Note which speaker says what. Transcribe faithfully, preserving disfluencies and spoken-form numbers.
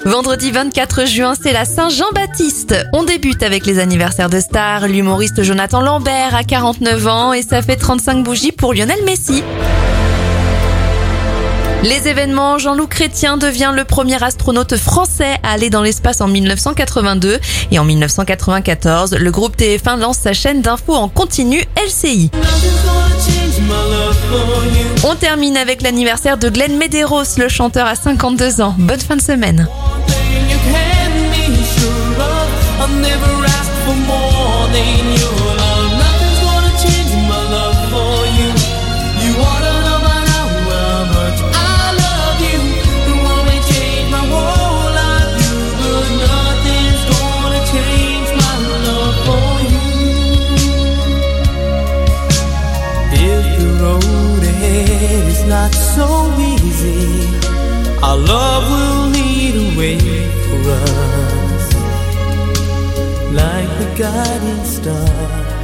Speaker 1: Vendredi vingt-quatre juin, c'est la Saint-Jean-Baptiste. On débute avec les anniversaires de stars. L'humoriste Jonathan Lambert a quarante-neuf ans et ça fait trente-cinq bougies pour Lionel Messi. Les événements, Jean-Loup Chrétien devient le premier astronaute français à aller dans l'espace en dix-neuf cent quatre-vingt-deux. Et en dix-neuf cent quatre-vingt-quatorze, le groupe T F un lance sa chaîne d'infos en continu L C I. On termine avec l'anniversaire de Glenn Medeiros, le chanteur à cinquante-deux ans. Bonne fin de semaine.
Speaker 2: It's not so easy. Our love will lead a way for us, like the guiding star.